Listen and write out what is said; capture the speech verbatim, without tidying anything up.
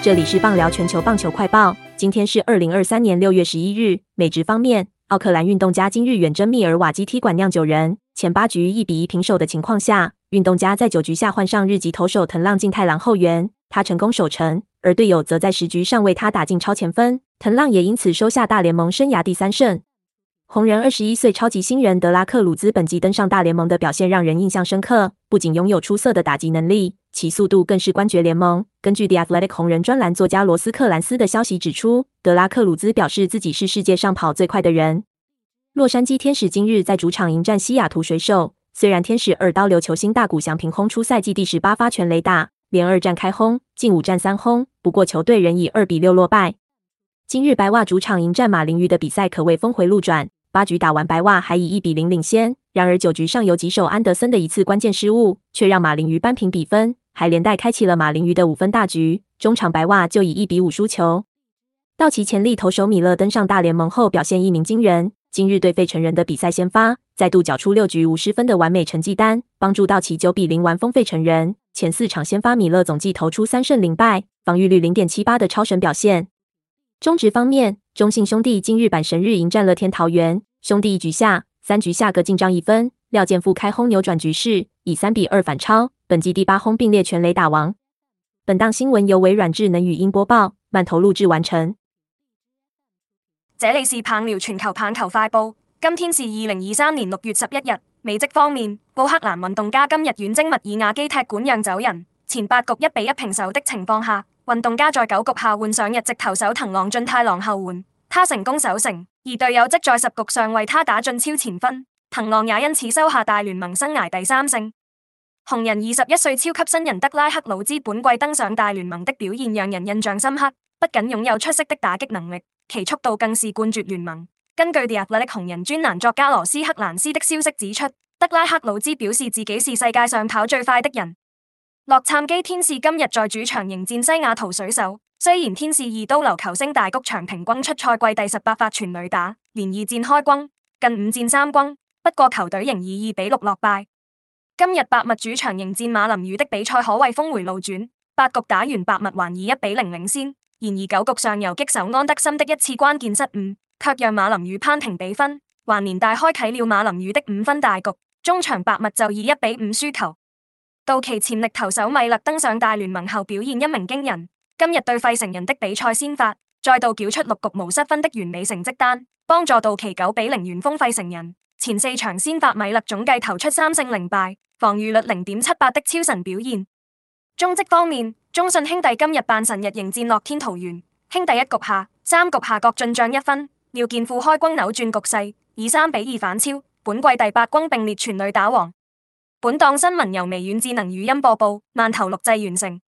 这里是棒聊全球棒球快报，今天是二零二三年六月十一日。美职方面，奥克兰运动家今日远征密尔瓦基踢馆酿酒人，前八局一比一平手的情况下，运动家在九局下换上日籍投手藤浪晋太郎后援，他成功守成，而队友则在十局上为他打进超前分，藤浪也因此收下大联盟生涯第三胜。红人二十一岁超级新人德拉克鲁兹本季登上大联盟的表现让人印象深刻，不仅拥有出色的打击能力，其速度更是冠绝联盟。根据 The Athletic 红人专栏作家罗斯克兰斯的消息指出，德拉克鲁兹表示自己是世界上跑最快的人。洛杉矶天使今日在主场迎战西雅图水手，虽然天使二刀流球星大谷翔平轰出赛季第十八发全垒打，连二战开轰，近五战三轰，不过球队仍以二比六落败。今日白袜主场迎战马林鱼的比赛可谓峰回路转，八局打完白袜还以一比零领先，然而九局上游击手安德森的一次关键失误，却让马林鱼扳平比分，还连带开启了马林鱼的五分大局。中场白袜就以一比五输球。道奇潜力投手米勒登上大联盟后表现一鸣惊人，今日对费城人的比赛先发，再度缴出六局无失分的完美成绩单，帮助道奇九比零完封费城人。前四场先发米勒总计投出三胜零败，防御率 零点七八 的超神表现。中职方面，中信兄弟今日阪神日迎战乐天桃园，兄弟一局下、三局下各进账一分，廖健富开轰扭转局势，以三比二反超，本季第八轰并列全垒打王。本档新闻由微软智能语音播报，慢投录制完成。 這裡是棒聊全球棒球快報，今天是二零二三年六月十一日。美職方面，奧克蘭運動家今日遠征密爾瓦基踢館釀酒人，前八局一比一平手的情況下，運動家在九局下換上日籍投手藤浪晉太郎後援，他成功守成，而隊友則在十局上為他打進超前分，藤浪也因此收下大聯盟生涯第三勝。紅人二十一歲超級新人德拉克魯茲本季登上大聯盟的表現讓人印象深刻，不僅擁有出色的打擊能力，其速度更是冠絕聯盟。根據 The Athletic 紅人專欄作家羅斯克蘭斯的消息指出，德拉克魯茲表示自己是世界上跑最快的人。洛杉磯天使今日在主場迎戰西雅圖水手，雖然天使二刀流球星大谷翔平轟出賽季第十八發全壘打，連二戰開轟，近五戰三轟，不過球隊仍以二比六落敗。今日白襪主場迎戰馬林魚的比賽可謂峰回路轉，八局打完白襪還以一比零領先，然而九局上游擊手安德森的一次關鍵失誤，卻讓馬林魚攀平比分，還連帶開啟了馬林魚的五分大局。中場白襪就以一比五輸球。道奇潛力投手米勒登上大聯盟後表現一鳴驚人，今日對費城人的比賽先發，再度繳出六局無失分的完美成績單，幫助道奇九比零完封費城人。前四場先發米勒總計投出三勝零敗，防禦率 零點七八 的超神表現。中職方面，中信兄弟今日辦神日迎戰樂天桃園，兄弟一局下、三局下各進賬一分，廖健富開轟扭轉局勢，以三比二反超，本季第八轟並列全壘打王。本檔新聞由微軟智能語音播報，慢投錄製完成。